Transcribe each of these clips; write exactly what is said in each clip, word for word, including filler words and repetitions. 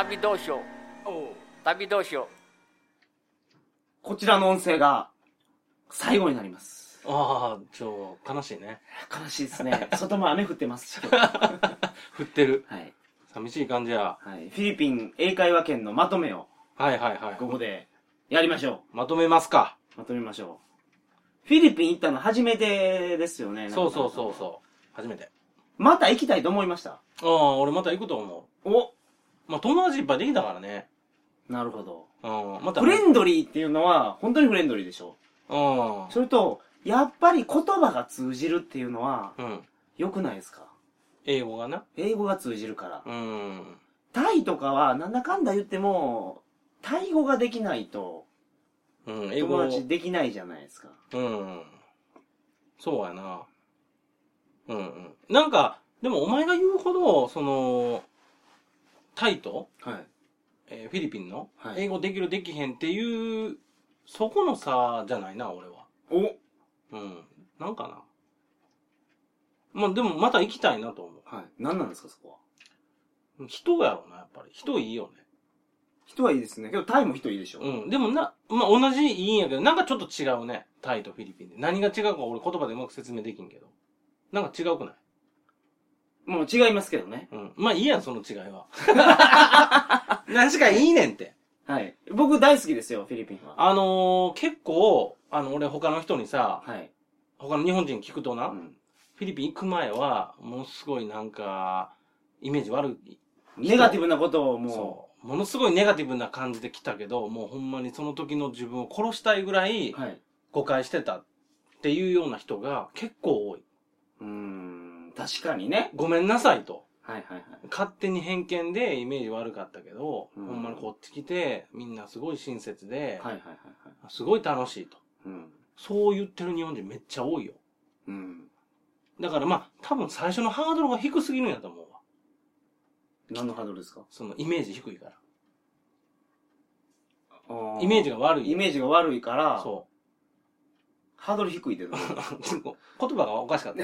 旅どうしよう。 おう旅どうしよこちらの音声が最後になります。 ああ、ちょ、悲しいね。 悲しいですね。外も雨降ってますし。 降ってる。 はい。 寂しい感じや。 はい。フィリピン英会話圏のまとめを、 はいはいはい。 ここでやりましょまとめますか。 う。まとめましょう。フィリピン行ったの初めてですよね。 そうそうそうそう。初めて。 また行きたいと思いました。 ああ、俺また行くと思う。 おまあ友達いっぱいできたからね。 なるほど。 うん。また。 フレンドリーっていうのは、本当にフレンドリーでしょ。 うん。 それと、やっぱり言葉が通じるっていうのは、 うん。 良くないですか？ 英語がな。 英語が通じるから。 うん。 タイとかは、なんだかんだ言っても、タイ語ができないと、 うん、英語。 友達できないじゃないですか。 うん。そうやな。うんうん。なんか、でもお前が言うほど、その、タイと、 はい。 えーフィリピンの、 はい英語できるできへんっていう、そこの差じゃないな、俺は。 おうん。なんかな。まあでもまた行きたいなと思はい。何なんですか、そこは。 う。人やろうな、やっぱり。人いいよね。 人はいいですね。けど、タイも人いいでしょ。 うん。でもな、まあ同じいいんやけど、なんかちょっと違うね。タイとフィリピンで。何が違うか俺言葉でうまく説明できんけど。なんか違うくない？ もう違いますけどね。 うん。まあいいやん、その違いは。何しかいいねんって。 はい。僕大好きですよ、フィリピンは。 あのー、結構、あの、俺他の人にさ、 はい。 他の日本人に聞くとな、 うん。 フィリピン行く前は、ものすごいなんか、イメージ悪い。 ネガティブなことをもそう。ものすごいネガティブな感じで来たけど、もうほんまにその時の自分を殺したいぐらい、 う、はい。 誤解してたっていうような人が結構多い。 うーん、確かにね。 ごめんなさいと。 はいはいはい。 勝手に偏見でイメージ悪かったけど、 うんほんまにこっち来て、みんなすごい親切で、 はいはいはいはい。 すごい楽しいと。 うん。 そう言ってる日本人めっちゃ多いよ。 うん。 だからまあ、多分最初のハードルが低すぎるんやと思うわ。 何のハードルですか？ そのイメージ低いから。 あーイメージが悪い。 イメージが悪いから、 そハードル低いってどういうこう。言葉がおかしかった。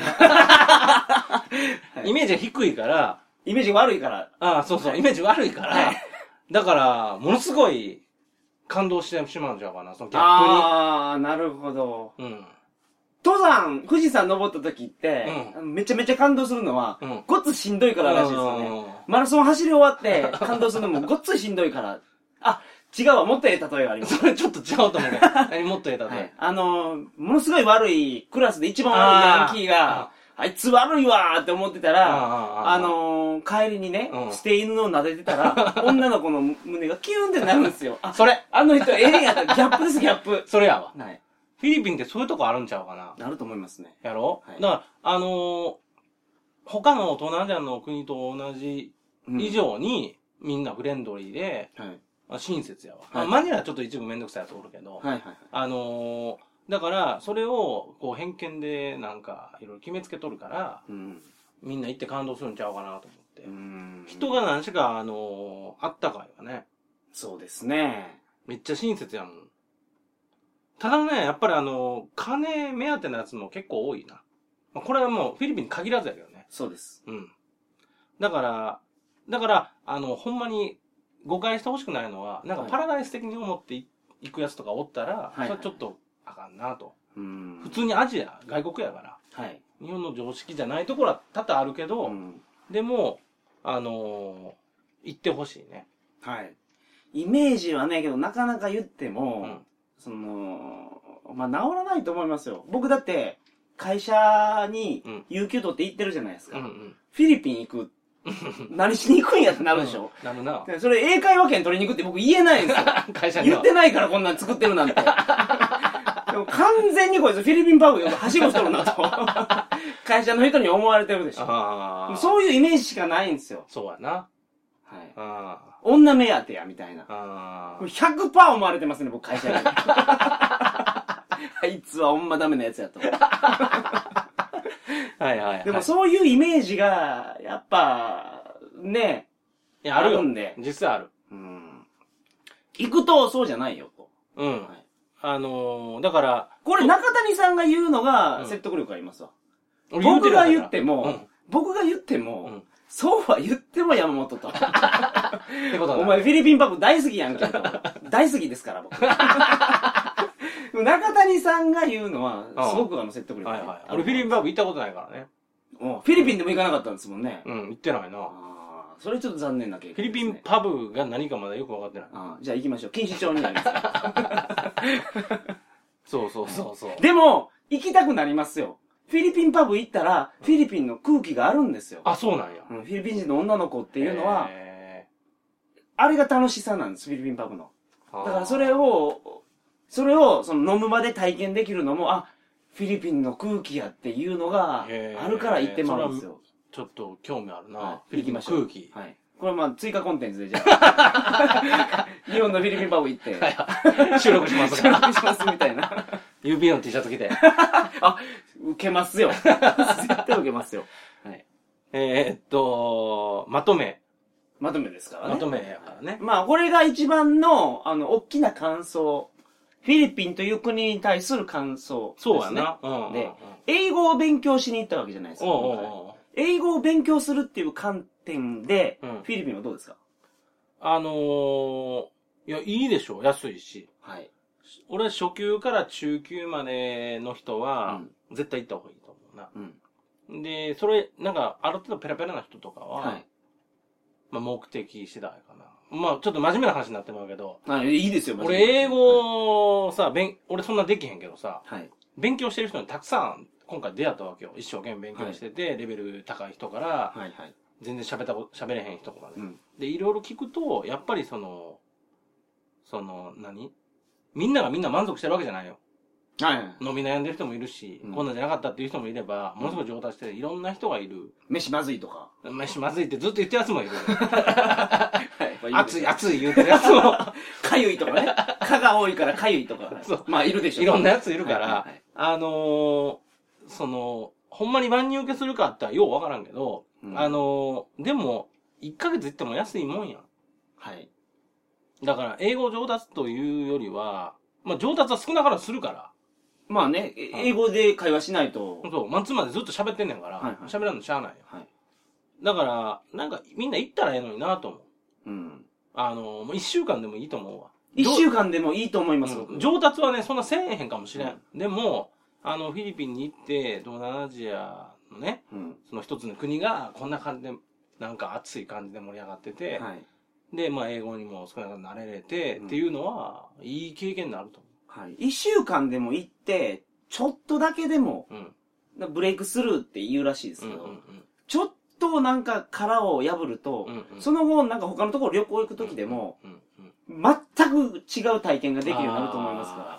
はいイメージが低いから、 とイメージが悪いから、 ああ、そうそう、イメージ悪いから、 はいだから、ものすごい感動してしまうんちゃうかな、そのギャッあー、なるほど。 プに。うん。 登山、富士山登った時って、 うんあのめちゃめちゃ感動するのは、 うんごっつしんどいかららしいですよね。マラソン走り終わって感動するのもごっつしんどいから。あ、違うわ、もっとええ例えがあります。 それちょっと違うと思うけど。何もっとええだと。 はい。あのー、ものすごい悪い、クラスで一番悪いヤンキーが、あいつ悪いわーって思ってたら、 ああのー、帰りにね、 うん捨て犬を撫でてたら、女の子の胸がキューンってなるんですよ。あ、 それあの人ええんやったらギャップです、ギャップ。 それやわ。 はい。 フィリピンってそういうとこあるんちゃうかな。 なると思いますね。 やろ、 はいだから、あのー、他の東南アジアの国と同じうん以上に、みんなフレンドリーで、 はい。 あ親切やわ。 はいまあマニラはちょっと一部めんどくさいやつおるけど、 はいはいはい。 あのー、だから、それを、こう、偏見で、なんか、いろいろ決めつけとるから、 うん。 みんな行って感動するんちゃうかなと思って。 うん人が何しか、あのー、あったかいわね。 そうですね。 めっちゃ親切やもん。ただね、やっぱりあのー、金目当てのやつも結構多いな。まあ、これはもう、フィリピンに限らずやけどね。 そうです。 うん。だから、だから、あの、ほんまに、誤解してほしくないのは、なんかパラダイス的に思ってい行くやつとかおったら、 はいそれはちょっと、あかんなと。 うん普通にアジア、外国やから。 はい。 日本の常識じゃないところは多々あるけど、 うんでも、あのー、行ってほしいね。 はい。イメージはね、けどなかなか言ってうも、 ん。 その、まあ、治らないと思いますよ。僕だって、会社にうん、 有給取って行ってるじゃないですか。 うんうん。 フィリピン行く。何しに行くんやってなるでしょ。 なるな。 でそれ英会話圏取りに行くって僕言えないんですよ。 会社には言ってないからこんなん作ってるなんて。でも完全にこいつフィリピンパブではしごしとるなと。会社の人に思われてるでしょ。 ああ。 そういうイメージしかないんですよ。 そうやな。 はい。 あ女目当てや、みたいなあ。あこれ ひゃくパーセント 思われてますね、僕会社に。あいつはほんまダメなやつやと。 あ。はいはいはい。 でもそういうイメージが、やっぱ、ね、 いや、あるよ。 あるんで実際ある。 うん。行くとそうじゃないよと。 うん。 はいあのー、だから、 これ中谷さんが言うのうんが説得力ありますわ。 俺僕が言てるっても、 うん僕が言ってうも、 んそうは言っても山本と。 ってことだ。 お前フィリピンパブ大好きやんけと。大好きですから僕。中谷さんが言うのは、すごくあの説得力、 はいはい。俺フィリピンパブ行ったことないからね。 フィリピンでも行かなかったんですもんね。 うん、行ってないな。 あそれちょっと残念な経験フィリピンパブが何かまだよく分かってない。 あじゃあ行きましょう。錦糸町になります。 そうそうそうそう。 でも、行きたくなりますよ。フィリピンパブ行ったら、フィリピンの空気があるんですよ。 あ、そうなんや。 うん、フィリピン人の女の子っていうのは、あれが楽しさなんです、フィリピンパブの。だからそれを、それをその飲む場で体験できるのも、あ、フィリピンの空気やっていうのがあるから行ってまうんですよ。 ちょっと興味あるな。 はい、 フィリピンの空気。 はい。これまあ追加コンテンツでじゃあ。日本のフィリピンパブ行って。 収録しますか収録しますみたいな。 ユーピーエー の T シャツ着て。 あ、受けますよ。絶対受けますよ。はい。 えー、っと、まとめ。 まとめですからね。 まとめやからね。 まあ、これが一番の、あの、大きな感想。フィリピンという国に対する感想ですね。 そうやな。うんうんうん、 で、英語を勉強しに行ったわけじゃないですか。 おうおうおう英語を勉強するっていう観点で、うん、フィリピンはどうですか？ あのー、いや、いいでしょ。安いし。 はい。 俺は初級から中級までの人は、うん、絶対行った方がいいと思うな。うん、で、それ、なんか、ある程度ペラペラな人とかは、はい、まあ、目的次第かな。まあ、ちょっと真面目な話になってもらうけど、 あ、いいですよ、 俺、英語をさ、はい、俺そんなできへんけどさ、はい、勉強してる人にたくさん、今回出会ったわけよ。一生懸命勉強してて、はい、レベル高い人から、はいはい、全然喋ったこと、喋れへん人とかね。うん、で、いろいろ聞くと、やっぱりその、その、何みんながみんな満足してるわけじゃないよ。はいはい、飲み悩んでる人もいるし、うん、こんなんじゃなかったっていう人もいれば、ものすごい上達してる、いろんな人がいる。 飯まずいとか。 飯まずいってずっと言ってるやつもいる。はい、熱い熱い言うてるやつも。 かゆいとかね。蚊が多いからかゆいとか。そう。まあいるでしょ。 いろんなやついるから、はいはいはい、あのー、その、ほんまに万人受けするかってはようわからんけど、うん、あのー、でも、いっかげつ行っても安いもんやん。はい。だから、英語上達というよりは、まあ上達は少なからずするから。まあね、英語で会話しないと。そう、マンツーマンでずっと喋ってんねんから、喋、はいはい、らんのしゃあないよ。はい。だから、なんか、みんな行ったらええのになと思う。うん。あの、もう一週間でもいいと思うわ。一週間でもいいと思います、うん、上達はね、そんなせえへんかもしれん。うん、でも、あの、フィリピンに行って、東南アジアのね、うん、その一つの国が、こんな感じで、なんか熱い感じで盛り上がってて、はい、で、まあ、英語にも少なく慣れれて、うん、っていうのは、いい経験になると思う。はい。一週間でも行って、ちょっとだけでも、うん、ブレイクスルーって言うらしいですけど、うんうんうん、ちょっとなんか殻を破ると、うんうん、その後なんか他のところ旅行行くときでも、うんうんうん、全く違う体験ができるようになると思いますから。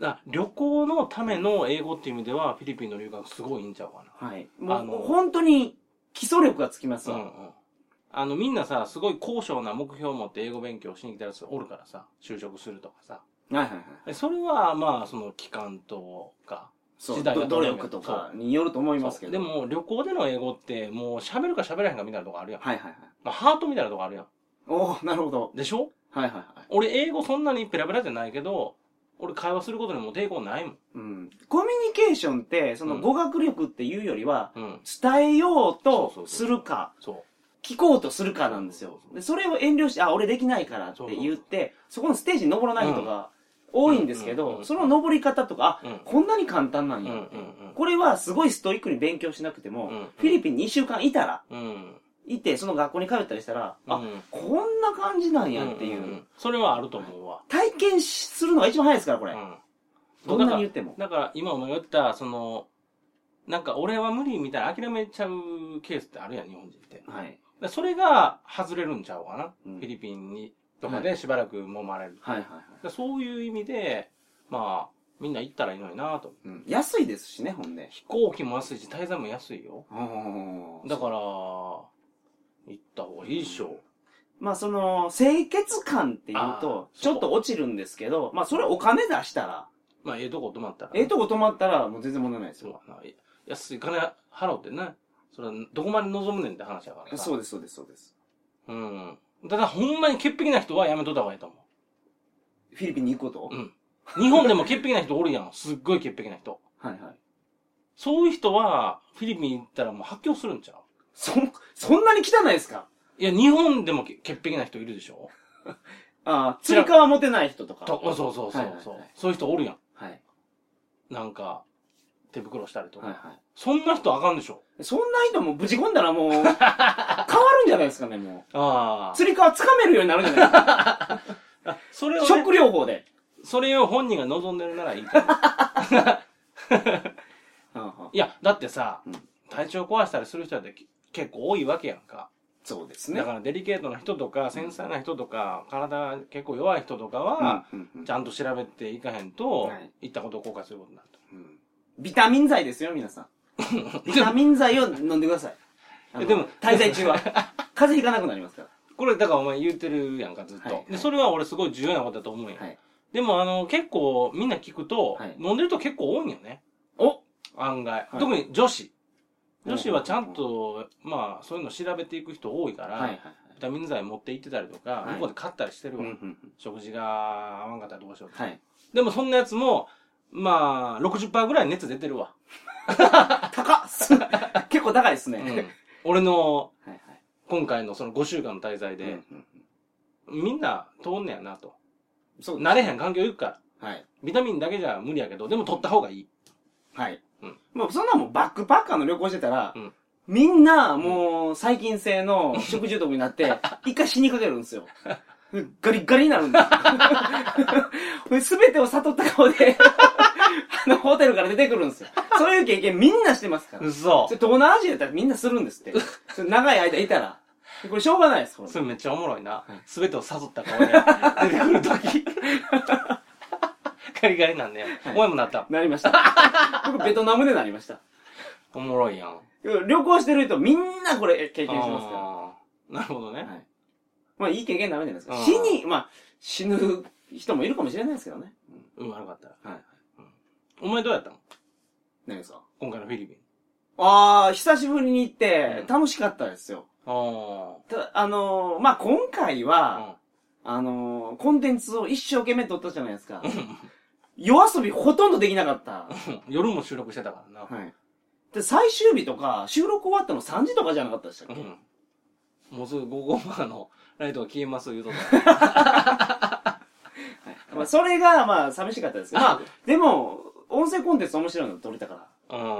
だから旅行のための英語っていう意味では、フィリピンの留学すごいいいんちゃうかな。はい。もうあの本当に基礎力がつきますわ。うんうん、あのみんなさ、すごい高尚な目標を持って英語勉強しに来たやつおるからさ、就職するとかさ。はいはいはい。それは、まあ、その、期間とか、時代が努力とかによると思いますけど。でも、旅行での英語って、もう、喋るか喋らへんかみたいなとこあるやん。はいはいはい。まあ、ハートみたいなとこあるやん。おー、なるほど。でしょ？はいはいはい。俺、英語そんなにペラペラじゃないけど、俺、会話することにも抵抗ないもん。うん。コミュニケーションって、その、語学力っていうよりは、うん、伝えようとするか、そう。聞こうとするかなんですよ。で、それを遠慮して、あ、俺できないからって言って、そこのステージに登らない人が、多いんですけど、その登り方とか、あ、こんなに簡単なんや。これはすごいストイックに勉強しなくても、フィリピンにいっしゅうかんいたら、いて、その学校に通ったりしたら、あ、こんな感じなんやっていう。それはあると思うわ。体験するのが一番早いですから、これ。どんなに言っても。だから今お前が言った、その、なんか俺は無理みたいな諦めちゃうケースってあるやん、日本人って。はい。それが外れるんちゃうかな、フィリピンに。とかでしばらく揉まれる。はいはいはい。そういう意味で、まあ、みんな行ったらいいのになと、うん。安いですしね、ほんで。飛行機も安いし、滞在も安いよ。だから、行った方がいいでしょう。まあその、清潔感っていうと、ちょっと落ちるんですけど、まあそれお金出したら。まあええとこ泊まったら。ええとこ泊まったら、もう全然問題ないですよ。安い金払うってね。それはどこまで望むねんって話だからさ。そうです、そうです、そうです。うん。ただ、ほんまに潔癖な人はやめとった方がいいと思う。フィリピンに行くこと？うん。日本でも潔癖な人おるやん。すっごい潔癖な人。はいはい。そういう人は、フィリピン行ったらもう発狂するんちゃう？ そ、そんなに汚いですか？ いや、日本でも潔癖な人いるでしょ？ ああ、釣り革持てない人とか。 と、そうそうそうそう、はいはいはい。そういう人おるやん。 はい。 なんか、手袋したりとか。 はいはい。 そんな人あかんでしょ？ そんな人もぶち込んだらもう、変わるんじゃないですかね、もう。ああ。釣り革掴めるようになるんじゃないですか。それを、ね、食療法で。 それを本人が望んでるならいいけど。いや、だってさ、うん、体調壊したりする人って結構多いわけやんか。 そうですね。 だからデリケートな人とか、繊細な人とか、体結構弱い人とかは、ちゃんと調べていかへんと、行ったことを後悔することになると。うん、 ビタミン剤ですよ、皆さん。ビタミン剤を飲んでください。でも、滞在中は。風邪ひかなくなりますから。 これ、だからお前言ってるやんか、ずっと。はいはい、で、それは俺すごい重要なことだと思うんや。はい、でも、あの、結構、みんな聞くと、はい、飲んでる人結構多いんよね。お案外。はい、特に女子。女子はちゃんと、まあ、そういうの調べていく人多いから、はいはいはい、ビタミン剤持って行ってたりとか、はい、向こうで買ったりしてるわ。うんうん、食事が合わんかったらどうしようと、はい。でもそんなやつも、まあ、ろくじゅっパーセント ぐらい熱出てるわ。 高っ結構高いですね。うん、 俺の、はいはい、今回のそのごしゅうかんの滞在で、うんうんうん、みんな通んねやなと。そう。慣れへん環境行くから。はい。ビタミンだけじゃ無理やけど、でも取った方がいい。 はい。うん。もうそんなもんバックパッカーの旅行してたら、うん、みんなもう細菌性の食中毒になって、一回死にかけるんですよ。ガリガリになるんです。すべてを悟った顔で、あの、ホテルから出てくるんですよ。そういう経験みんなしてますから。嘘。それ東南アジアだったらみんなするんですって。それ長い間いたら。これしょうがないです、これ。 それめっちゃおもろいな。すべ、はい、てを悟った顔で出てくるとき。ガリガリなんだよ。はい、お前もなった。 なりました。僕ベトナムでなりました。 おもろいやん。 旅行してる人みんなこれ経験しますから。なるほどね。はい、 まあいい経験になるんじゃないですか。死に、まあ死ぬ人もいるかもしれないですけどね。 うん、悪かったら。はい。うん、お前どうやったの？ 何ですか？ 今回のフィリピン。 ああ、久しぶりに行って楽しかったですよ。うん、ああ。あのー、まあ今回は、うん、あのー、コンテンツを一生懸命撮ったじゃないですか。夜遊びほとんどできなかった。 夜も収録してたからな。はい。 で、最終日とか、収録終わったのさんじとかじゃなかったでしたっけ？うん。 もうすぐごごまのライトが消えます言うとった。 はい、まあ、それが、まあ、寂しかったですけど、まあ、でも、音声コンテンツ面白いの撮れたから。うん。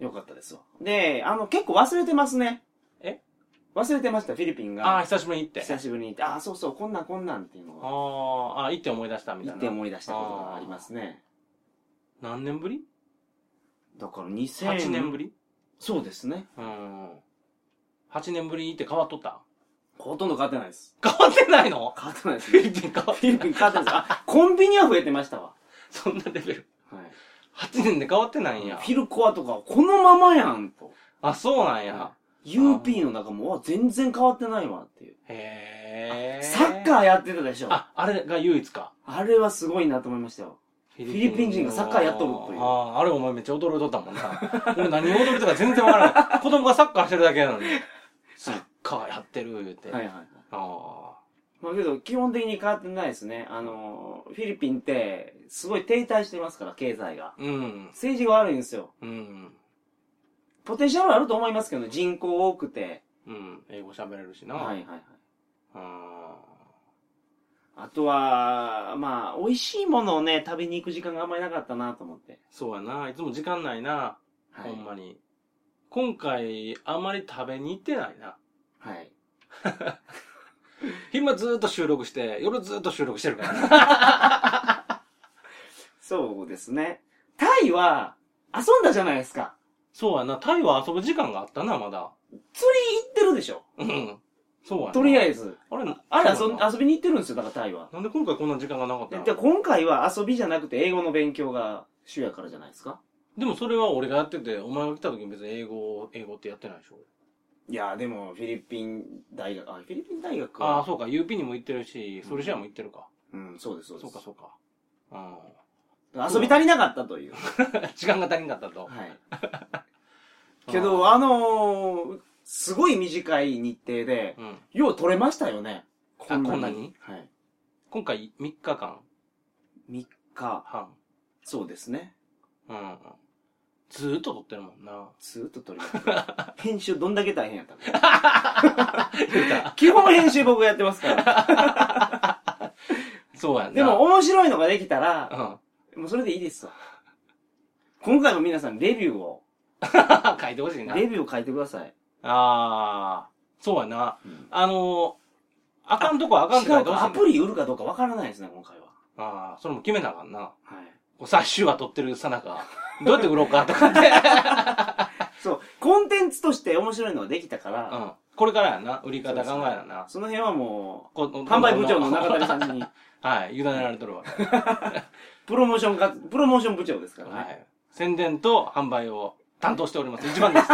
よかったですわ。で、あの、結構忘れてますね。え？忘れてました、フィリピンが。 ああ、久しぶりに行って。 久しぶりに行って。ああ、そうそう、こんなんこんなんっていうのが。ああ、行って思い出したみたいな。 行って思い出したことがありますね。 何年ぶり？ だからにせん。 はちねんぶり？ そうですね。 うん。はちねんぶりに行って変わっとった？ ほとんど変わってないです。 変わってないの？ 変わってないです、 ね。フィリピン変わってない。 フィリピン変わってないです。あ、コンビニは増えてましたわ。 そんなレベル。はい。はちねんで変わってないんや。 フィルコアとか、このままやんと。 あ、そうなんや。 はい、ユーピー の中も、わ、全然変わってないわっていう。へー。サッカーやってたでしょ。 あ、あれが唯一か。 あれはすごいなと思いましたよ。フィリピン人がサッカーやっとるという。 ああ、あれお前めっちゃ驚いとったもんな。俺何踊るとか全然わからない。子供がサッカーしてるだけなのに。サッカーやってる言うて。はいはいはい。ああ。 まあけど、基本的に変わってないですね。あの、フィリピンって、すごい停滞してますから、経済が。うん。政治が悪いんですよ。うん。ポテンシャルあると思いますけど、人口多くて。 うん。英語喋れるしな。はいはいはい。ああとは、まあ、美味しいものをね、食べに行く時間があんまりなかったなと思って。 そうやな。いつも時間ないな。はい、ほんまに。今回、あんまり食べに行ってないな。はい。今ずーっと収録して、夜ずーっと収録してるから。 そうですね。タイは、遊んだじゃないですか。 そうやな。タイは遊ぶ時間があったな、まだ。 釣り行ってるでしょ。うん。 そうやな。 とりあえず。 あれ、 あれ遊遊びに行ってるんですよ、だからタイは。 なんで今回こんな時間がなかったの？ で今回は遊びじゃなくて英語の勉強が主やからじゃないですか。 でもそれは俺がやってて、お前が来た時に別に英語、英語ってやってないでしょ？ いや、でもフィリピン大学、あ、フィリピン大学は。ああ、そうか。ユーピー にも行ってるし、ソルシアも行ってるか。 うん、うん、そうです、そうです。 そうか、そうか。 うん。遊び足りなかったという。 時間が足りなかったと。はい。 けど、あのー、すごい短い日程で、うん、よう取れましたよね。 こんなに。あ、こんなに？はい。今回みっかかん。 みっかはん。そうですね。うん。 ずーっと撮ってるもんな。 ずーっと撮ります。編集どんだけ大変やったの基本編集僕やってますから。 そうやんな。 でも面白いのができたら、うん、もうそれでいいですわ。今回も皆さんレビューを。 書いてほしいな。 レビューを書いてください。 あー、そうやな。うん、あのー、あかんとこはあかんって書いてほしい。 アプリ売るかどうかわからないですね、今回は。 あー、それも決めなあかんな。はい。最終話撮ってるさなか、どうやって売ろうかとかって。 そう、コンテンツとして面白いのができたから、うん。 これからやな、売り方考えやな。 その辺はもう、販売部長の中谷さんに。 はい、委ねられとるわ。 プロモーションか、プロモーション部長ですからね。はい。 宣伝と販売を担当しております。一番です。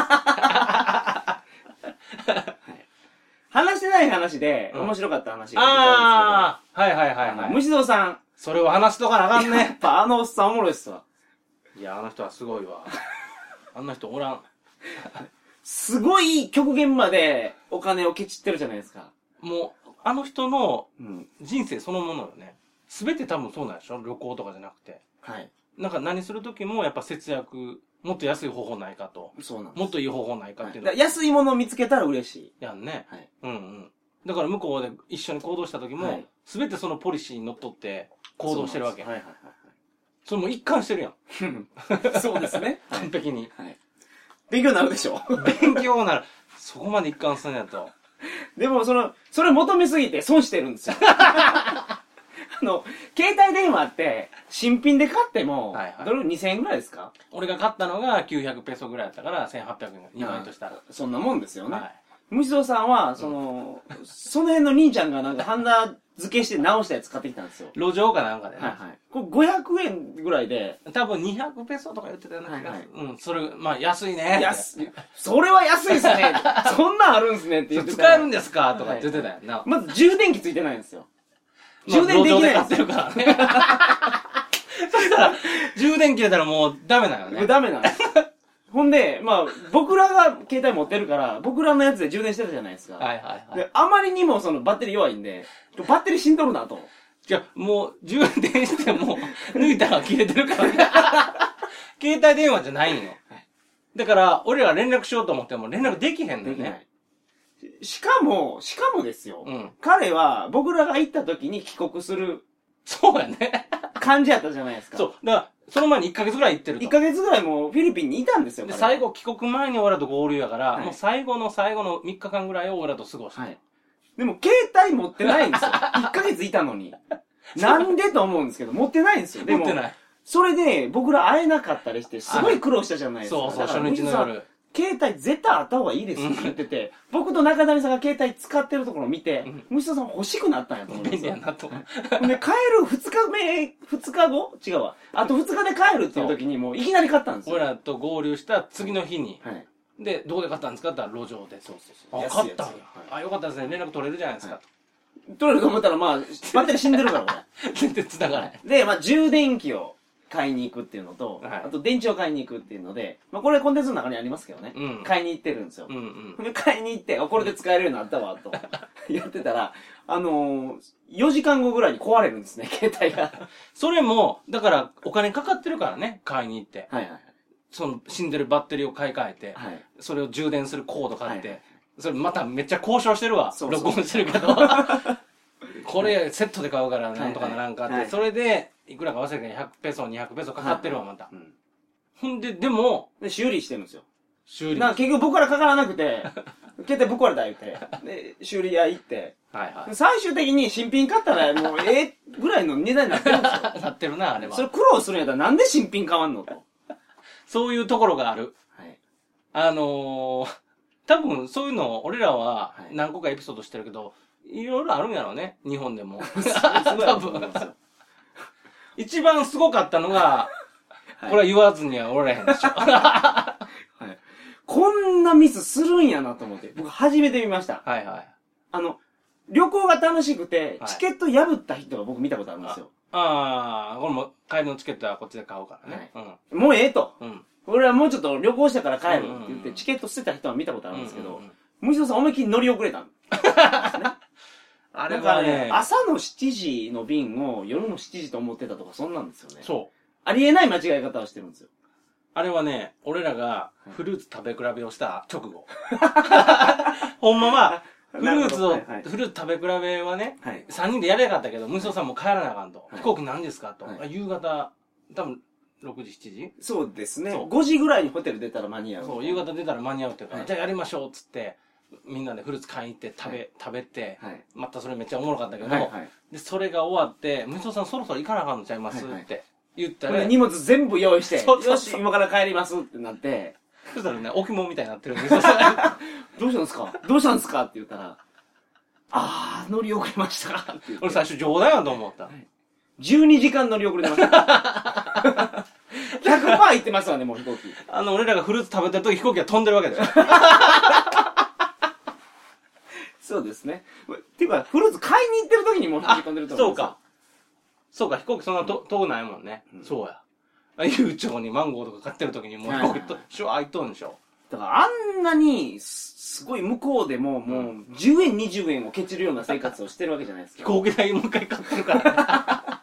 話してない話で、面白かった話が出たんですけど。ああ、はいはいはいはい。 虫蔵さん。 それを話しとかなあかんね。 やっぱあのおっさんおもろいっすわ。 いや、あの人はすごいわ。あんな人おらん。 すごい極限までお金をケチってるじゃないですか。 もう、あの人の人生そのものよね。すべて多分そうなんでしょ？旅行とかじゃなくて。はい。なんか何するときもやっぱ節約、もっと安い方法ないかと。そうなんです。もっといい方法ないかっていうの。 はい、安いものを見つけたら嬉しい。 やんね。はい。うんうん。だから向こうで一緒に行動したときも、すべてそのポリシーにのっとって行動してるわけ。はいはいはい。それも一貫してるやん。 そうですね。 完璧に。 はい。勉強になるでしょ？ 勉強になる。そこまで一貫するんやと。 でも、その、それ求めすぎて損してるんですよ。あの、携帯電話って、新品で買っても、はいはい、どれにせんえんぐらいですか？ 俺が買ったのがきゅうひゃくペソぐらいだったから、せんはっぴゃくえん、にまいとしたら。 そんなもんですよね。はい、虫蔵さんは、その、うん、その辺の兄ちゃんがなんかハンダ付けして直したやつ買ってきたんですよ。 路上かなんかでね。 はいはい。これごひゃくえんぐらいで。 多分にひゃくペソとか言ってたような気がする。はいはい、うん、それ、まあ安いね。 安い。それは安いっすね。そんなんあるんすねって言ってた。 使えるんですかとか言ってたよな。 まず充電器ついてないんですよ。充電できないんですよ。 からね。そしたら、充電切れたらもうダメなのね。 ダメなんです。ほんで、まあ、僕らが携帯持ってるから、僕らのやつで充電してるじゃないですか。はいはいはい。で、あまりにもそのバッテリー弱いんで、バッテリー死んどるなと。 じゃあ、もう、充電しても、抜いたら切れてるからね。携帯電話じゃないんよ。だから、俺ら連絡しようと思っても連絡できへんのよね。 しかも、しかもですよ。うん、彼は、僕らが行った時に帰国する。 そうやね。 感じやったじゃないですか。 そう。だから、その前にいっかげつぐらい行ってると。 いっかげつぐらいもうフィリピンにいたんですよ。 で、最後帰国前に俺らと合流やから、はい、もう最後の最後のみっかかんぐらいを俺らと過ごして。はい。 でも、携帯持ってないんですよ。いっかげついたのに。なんでと思うんですけど、持ってないんですよ。でも、持ってない。それで、僕ら会えなかったりして、すごい苦労したじゃないですか。 そうそう、初日の夜。 携帯絶対あった方がいいですって言ってて、僕と中谷さんが携帯使ってるところを見て、虫田さん欲しくなったんやと思うんですよ。 便利やなと思う。で、帰るふつかめ、ふつかご違うわ。あとふつかで帰るっていう時にもういきなり買ったんですよ。 俺らと合流した次の日に。はい。で、どこで買ったんですかって言ったら路上で。そうそうそう。あ、買ったんや。あ、よかったですね。連絡取れるじゃないですか。 取れると思ったら、まあ、バッテリー死んでるから、 俺。全然繋がない。 で、まあ、充電器を買いに行くっていうのと、はい、あと電池を買いに行くっていうので、まあこれコンテンツの中にありますけどね、うん、買いに行ってるんですよ。うんうん、で買いに行って、これで使えるようになったわ、とやってたら、あのー、よじかんごぐらいに壊れるんですね、携帯が。 それも、だからお金かかってるからね、買いに行って。はいはいはい。その死んでるバッテリーを買い替えて、はい、それを充電するコード買って、はいはい、それまためっちゃ交渉してるわ。そうそう録音してるけど。これセットで買うからなんとかならんかって、はいはい、それで、いくらか忘れたけどひゃくペソ、にひゃくペソかかってるわ、また。はいはい、ほんで、でも、 で、修理してるんですよ。 修理。 なんか結局僕らかからなくて、携帯ぶっ壊れた言って、で、修理屋行って、はいはい。最終的に新品買ったらもうええぐらいの値段になってるんですよ。 なってるな、あれは。 それ苦労するんやったらなんで新品買わんのと。 そういうところがある。はい。あのー、多分そういうの俺らは何個かエピソードしてるけど、いろいろあるんやろうね、日本でも。多分。一番すごかったのが、これは言わずにはおらへんでしょ。はい、 こんなミスするんやなと思って、僕初めて見ました。はいはい。あの、旅行が楽しくて、チケット破った人が僕見たことあるんですよ。 ああ、これも帰りのチケットはこっちで買おうからね。 はいうん、もうええと。うん、俺はもうちょっと旅行したから帰るって言って、チケット捨てた人は見たことあるんですけど、むしろさん思いっきり乗り遅れたんですね。あれはね、朝のしちじの便を夜のしちじと思ってたとかそんなんですよね。そう。ありえない間違い方をしてるんですよ。 あれはね、俺らがフルーツ食べ比べをした直後。ほんまは、フルーツを、はいはい、フルーツ食べ比べはね、はい、さんにんでやれなかったけど、むしろさんも帰らなあかんと。はい、飛行機何ですかと。はい、夕方、多分、ろくじ、しちじそうですね。ごじぐらいにホテル出たら間に合う。 そう、夕方出たら間に合うっていうから、はい、じゃあやりましょうっつって、みんなでフルーツ買いに行って食べ、はい、食べて、はい、またそれめっちゃおもろかったけど、はいはい、で、それが終わって、むしろさんそろそろ行かなあかんのちゃいます、はいはい、って言ったら、 荷物全部用意して、そうそうそうよし、今から帰りますってなって、 そしたらね、置物みたいになってるんですよ。どうしたんですかどうしたんですかって言ったら、あー、乗り遅れましたって言って。 俺最初冗談やと思った。はい、 じゅうにじかん乗り遅れてました。ひゃくパーセント 行ってますわね、もう飛行機。 あの、俺らがフルーツ食べてる時飛行機が飛んでるわけでしょ。 そうですね。っていうか、フルーツ買いに行ってる時にもう飛行機飛んでると思うんですよ。 そうか。そうか、飛行機そんなと遠くないもんね。うん、そうや。悠長にマンゴーとか買ってる時にもう飛行機と、シュワー行っとるんでしょ。 だからあんなに、すごい向こうでももうじゅうえんにじゅうえんをケチるような生活をしてるわけじゃないですか。 飛行機代もう一回買ってるからね。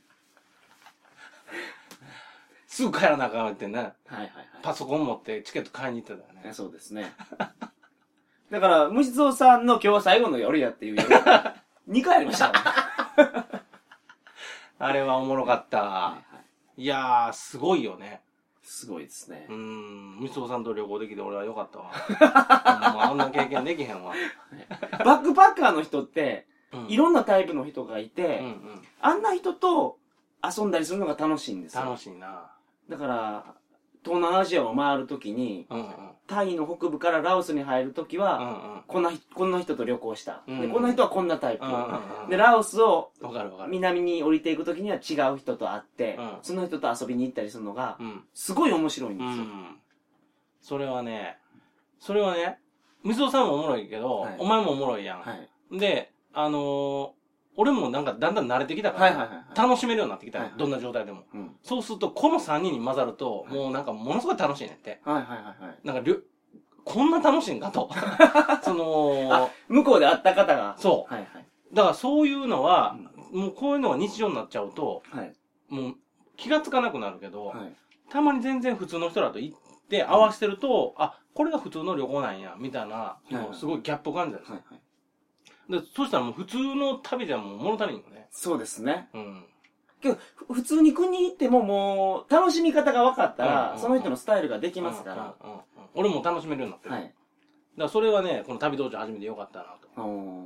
すぐ帰らなあかんってね。はいはいはい。パソコン持ってチケット買いに行ってたよね。 そうですね。だから、虫蔵さんの今日は最後の夜やっていう夜、にかいありましたからね。 あれはおもろかった。はいはい、いやー、すごいよね。 すごいですね。 うーん、虫蔵さんと旅行できて俺は良かったわ。もうあんな経験できへんわ。 バックパッカーの人って、うん、いろんなタイプの人がいて、うんうん、あんな人と遊んだりするのが楽しいんですよ。 楽しいな。 だから、東南アジアを回るときに、うんうん、タイの北部からラオスに入るときは、うんうん、こんな、こんな人と旅行した、うんうん。で、こんな人はこんなタイプ。うんうんうん、で、ラオスを南に降りていくときには違う人と会って、うん、その人と遊びに行ったりするのが、うん、すごい面白いんですよ、うんうん。 それはね、それはね、みつおさんもおもろいけど、はい、お前もおもろいやん。はい、で、あのー、俺もなんかだんだん慣れてきたから、楽しめるようになってきた、はいはい、どんな状態でも、うん。そうすると、このさんにんに混ざると、はい、もうなんかものすごい楽しいねって。はいはいはいはい。なんかりょ、こんな楽しいんかと。その、 向こうで会った方が。 そう。はいはい。だからそういうのは、うん、もうこういうのが日常になっちゃうと、はい、もう気がつかなくなるけど、はい、たまに全然普通の人だと行って合わせてると、うん、あ、これが普通の旅行なんや、みたいな、はいはい、すごいギャップ感じたんですよ。はいはいでそしたらもう普通の旅じゃもう物足りんよね。 そうですね。うん。けど、普通に国に行ってももう、楽しみ方が分かったら、うんうんうん、その人のスタイルができますから。 うんうんうん、俺も楽しめるようになってる。はい。だからそれはね、この旅道場始めてよかったなと。うん。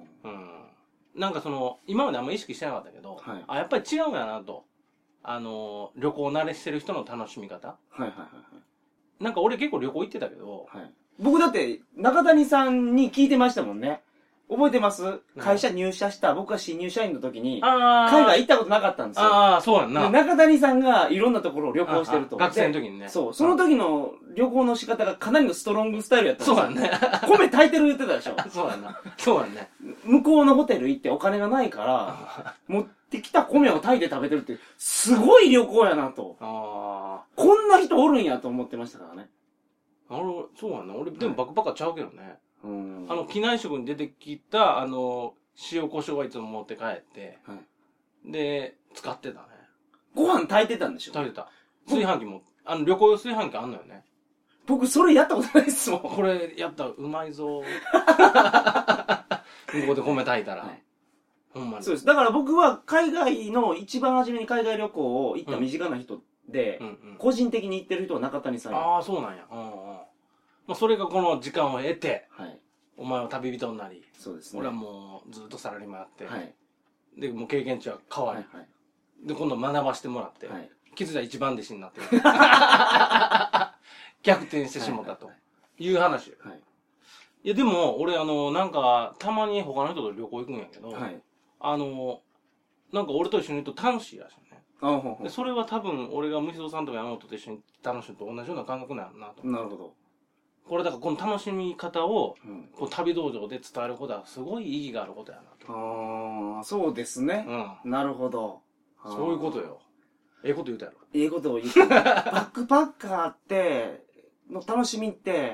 なんかその、今まであんま意識してなかったけど、はい、あ、やっぱり違うんやなと。あの、旅行慣れしてる人の楽しみ方。はいはいはいはい。なんか俺結構旅行行ってたけど、はい、 僕だって中谷さんに聞いてましたもんね。覚えてます？会社入社した、僕が新入社員の時に、海外行ったことなかったんですよ。 ああ、そうやんな。 中谷さんがいろんなところを旅行してると。 学生の時にね。 そう。その時の旅行の仕方がかなりのストロングスタイルやったんですよ。 そうやね。 米炊いてる言ってたでしょ。 そうやな。そうやね。 向こうのホテル行ってお金がないから、持ってきた米を炊いて食べてるって、すごい旅行やなと。ああ。こんな人おるんやと思ってましたからね。 あの、そうやな。俺、でもバックパッカーちゃうけどね。うん、あの、機内食に出てきた、あの、塩胡椒はいつも持って帰って、はい、で、使ってたね。 ご飯炊いてたんでしょ？ 炊いてた。炊飯器も、あの、旅行用炊飯器あんのよね。 僕、それやったことないっすもん。 これ、やったらうまいぞ。向こうで米炊いたら。はい、 ほんまに。そうです。だから僕は海外の、一番初めに海外旅行を行った身近な人で、うんうんうん、個人的に行ってる人は中谷さん。 ああ、そうなんや。うんうん。まあ、それがこの時間を得て、はい、お前は旅人になり、そうですね。俺はもうずっとサラリーマンやって、はい、で、もう経験値は変わり、はいはい、で、今度学ばしてもらって、はい、気づいたら一番弟子になってる。逆転してしまったという話よ。はいはい、いや、でも、俺、あの、なんか、たまに他の人と旅行行くんやけど、はい、あの、なんか俺と一緒にいると楽しいらしいね。あほうほうでそれは多分、俺が虫蔵さんとか山本と一緒に楽しいと同じような感覚なんやなと。 なるほど。 これだからこの楽しみ方を、うん、こう旅道場で伝えることはすごい意義があることやなと。 ああ、そうですね。うん。なるほど。 そういうことよ。ええこと言うたやろ。 ええことを言うた。バックパッカーって、の楽しみって、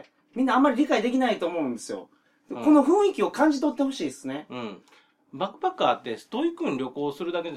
みんなあんまり理解できないと思うんですよ。うん、この雰囲気を感じ取ってほしいですね。 うん。バックパッカーってストイックに旅行するだけじゃ、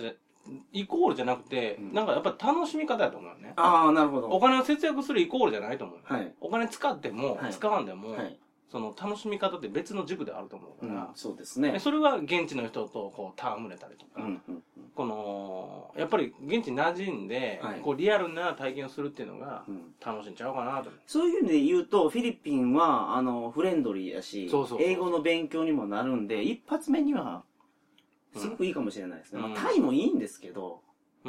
イコールじゃなくて、うん、なんかやっぱり楽しみ方やと思うよね。 ああ、なるほど。 お金を節約するイコールじゃないと思う。 はい。 お金使っても、はい、使わんでも、はい、その楽しみ方って別の軸であると思うから、 うん、そうですね。 それは現地の人とこう戯れたりとか、うんうんうん、この、やっぱり現地に馴染んで、はい、こうリアルな体験をするっていうのが楽しいんちゃうかなと思う。 そういう意味で言うと、フィリピンは、あの、フレンドリーやし、そうそうそう、英語の勉強にもなるんで、一発目には、すごくいいかもしれないですね。うん、まあ、タイもいいんですけど、うん。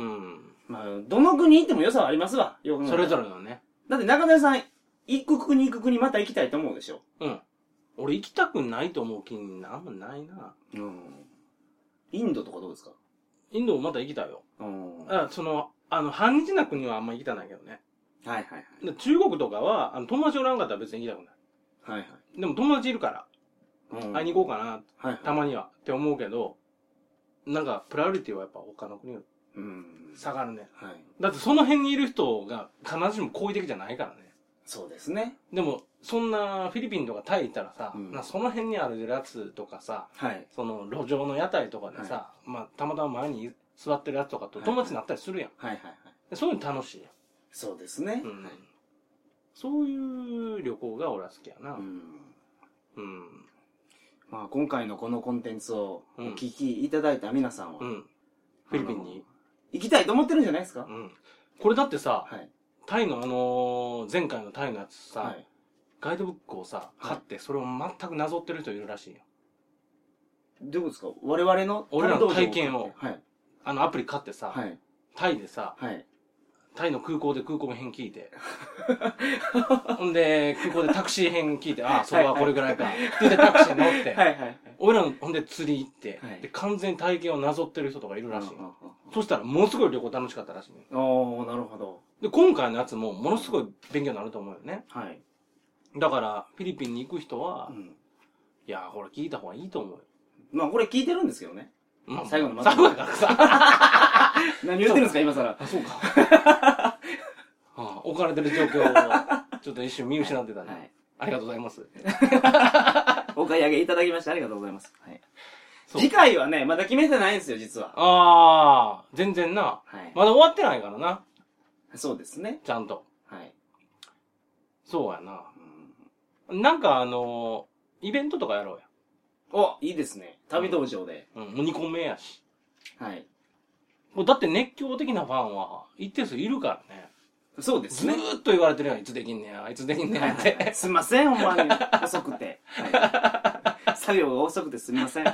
まあ、どの国行っても良さはありますわ。よくそれぞれのね。 だって中田さん、行く国行く国また行きたいと思うでしょ。 うん。俺行きたくないと思う気にあんまないな。うん。 インドとかどうですか？ インドもまた行きたいよ。うん。あ、その、あの、反日な国はあんま行きたないけどね。 はいはいはい。 中国とかは、あの、友達おらんかったら別に行きたくない。はいはい。でも友達いるから、うん、会いに行こうかな、はいはい、たまにはって思うけど、なんか、プライオリティはやっぱ他の国が下がるね。はい。だってその辺にいる人が必ずしも好意的じゃないからね。 そうですね。 でも、そんなフィリピンとかタイ行ったらさ、うん、なその辺にあるやつとかさ、はい、その路上の屋台とかでさ、はい、まあ、たまたま前に座ってるやつとかと友達になったりするやん。はいはいはい。そういうの楽しいやん。 そうですね。 うん。はい、そういう旅行が俺は好きやな。うん。 うん。まあ、今回のこのコンテンツをお聞きいただいた皆さんは、うん、 フィリピンに行きたいと思ってるんじゃないですか？ うん。これだってさ、はい、タイのあのー、前回のタイのやつさ、はい、ガイドブックをさ、買って、それを全くなぞってる人いるらしいよ。 どういうことですか？我々の俺らの体験を、はい、あのアプリ買ってさ、はい、タイでさ、はい、タイの空港で空港編聞いて、ほんで、空港でタクシー編聞いて、ああ、そこはこれぐらいか。で、でタクシー乗って、はいはいはい、俺らの、ほんで釣り行って、はい、で、完全に体験をなぞってる人とかいるらしい。そしたら、ものすごい旅行楽しかったらしいね。 おー、なるほど。 で、今回のやつも、ものすごい勉強になると思うよね。はい。だから、フィリピンに行く人は、うん、いやー、これ聞いた方がいいと思うよ。 まあ、これ聞いてるんですけどね。 まあ、 最後のまとめ。最後だからさ。 何言ってるんですか、今更。 あ、そうか。はあ、置かれてる状況を、ちょっと一瞬見失ってたね。はい、ありがとうございます。 お買い上げいただきましてありがとうございます。はい、次回はね、まだ決めてないんですよ、実は。 ああ、全然な。はい、まだ終わってないからな。 そうですね。 ちゃんと。はい。そうやな。うん、なんかあのー、イベントとかやろうや。 お、いいですね。旅道場で。 うん、うん、もうにこめやし。はい。もうだって熱狂的なファンは一定数いるからね。 そうですね。 ずーっと言われてるやん。いつできんねや、いつできんねやって。 すいません、ほんまに。遅くて。はい、作業が遅くてすみません。はい、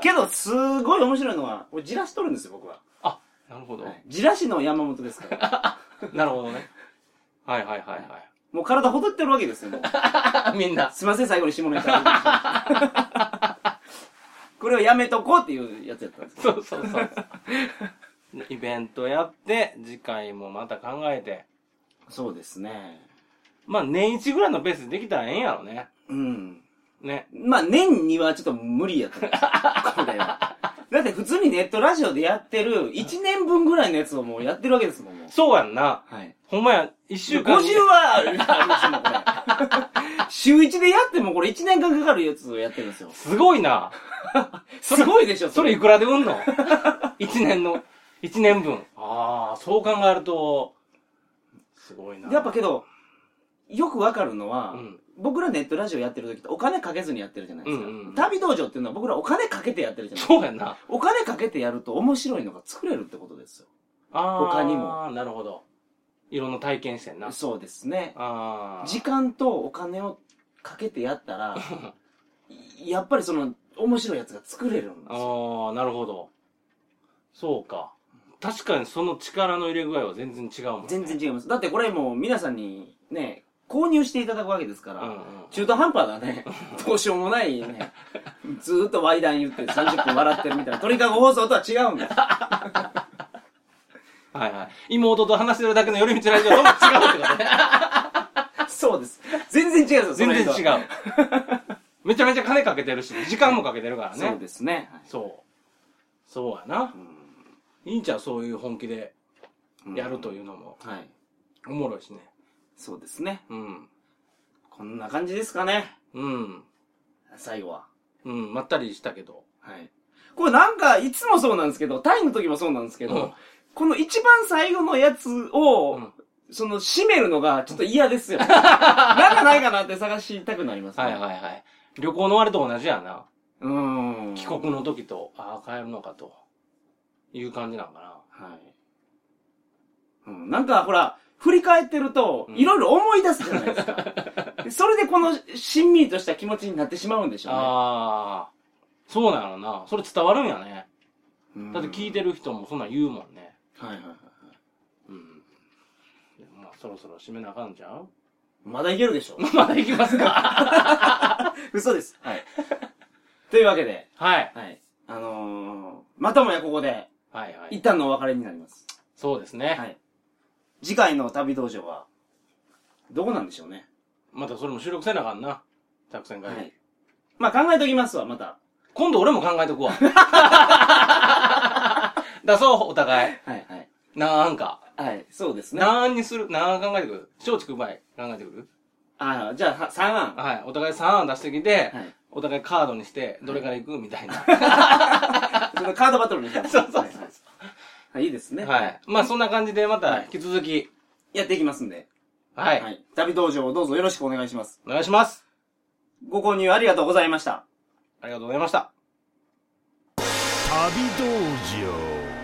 けど、すごい面白いのは、俺、じらしとるんですよ、僕は。 あ、なるほど。はい、 じらしの山本ですから。 なるほどね。はいはいはいはい。 もう体ほどってるわけですよ、もう。みんな。 すいません、最後に下ネタ。これをやめとこうっていうやつやったんですそうそうそう。イベントやって、次回もまた考えて。 そうですね。 まあ、年一ぐらいのペースでできたらええんやろね。うん。 ね。まあ、年にはちょっと無理やと思う。これは。だって普通にネットラジオでやってるいちねんぶんぐらいのやつをもうやってるわけですもん、もう。 そうやんな。はい。ほんまや、いっしゅうかん。 ごじゅうはありますよ、これ。週いちでやってもこれいちねんかんかかるやつをやってるんですよ。 すごいな。 すごいでしょ、 それ。それいくらで売んの ?いち 年の、いちねんぶん。ああ、そう考えると、すごいな。 やっぱけど、よくわかるのは、うん、僕らネットラジオやってる時ってお金かけずにやってるじゃないですか。うんうんうん、旅道場っていうのは僕らお金かけてやってるじゃないですか。 そうやな。 お金かけてやると面白いのが作れるってことですよ。ああ。他にも。 ああ、なるほど。いろんな体験してんな。 そうですね。ああ。時間とお金をかけてやったら、やっぱりその、面白いやつが作れるんですよ。 ああ、なるほど。そうか。確かにその力の入れ具合は全然違うもんね。 全然違います。だってこれもう皆さんにね、購入していただくわけですから、うんうん、中途半端だね、どうしようもないね、ずーっとワイダン言ってさんじゅっぷん笑ってるみたいな、鳥かご放送とは違うんです。 はいはい。妹と話してるだけの寄り道ラジオとも違うってことね。 そうです。全然違うんですよ、全然違う。めちゃめちゃ金かけてるし、時間もかけてるからね。 そうですね。 はい、そう。そうやな。うんいいんちゃうそういう本気でやるというのも。うん、はい。おもろいしね。 そうですね。うん。こんな感じですかね。 うん。 最後は。 うん、まったりしたけど。 はい。 これなんか、いつもそうなんですけど、タイの時もそうなんですけど、うん、この一番最後のやつを、うん、その、締めるのがちょっと嫌ですよ。なんかないかなって探したくなりますね。 はいはいはい。旅行のあれと同じやな。 うーん。 帰国の時と、ああ、帰るのかと。いう感じなのかな。 はい。うん。なんか、ほら、振り返ってると、いろいろ思い出すじゃないですか。それでこの、しんみりとした気持ちになってしまうんでしょうね。ああ。 そうなのな。それ伝わるんやね。だって聞いてる人もそんなん言うもんね。 はいはいはい。 うん。まあ、そろそろ締めなあかんじゃん？ まだいけるでしょ。 まだいきますか？ 嘘です。はい。というわけで。 はい。 はい。あのー、またもやここで、 はいはい。 一旦のお別れになります。 そうですね。 はい。次回の旅道場は、どこなんでしょうね。 またそれも収録せなあかんな。作戦会議。はい。 まあ考えときますわ、また。 今度俺も考えとくわ。出そう、お互い。 はいはい。 なんか。 はい、そうですね。 なんにする、なん考えてくる。松竹前考えてくる。 ああ、じゃあ、さん案。 はい。お互いさん案出してきて、はい、お互いカードにして、どれから行くみたいな。 そのカードバトルにします。 そうそうそう。 はい、いいですね。 はい。まあそんな感じでまた引き続き、 やっていきますんで。 はい。はい。 旅道場をどうぞよろしくお願いします。 お願いします。 ご購入ありがとうございました。 ありがとうございました。 旅道場。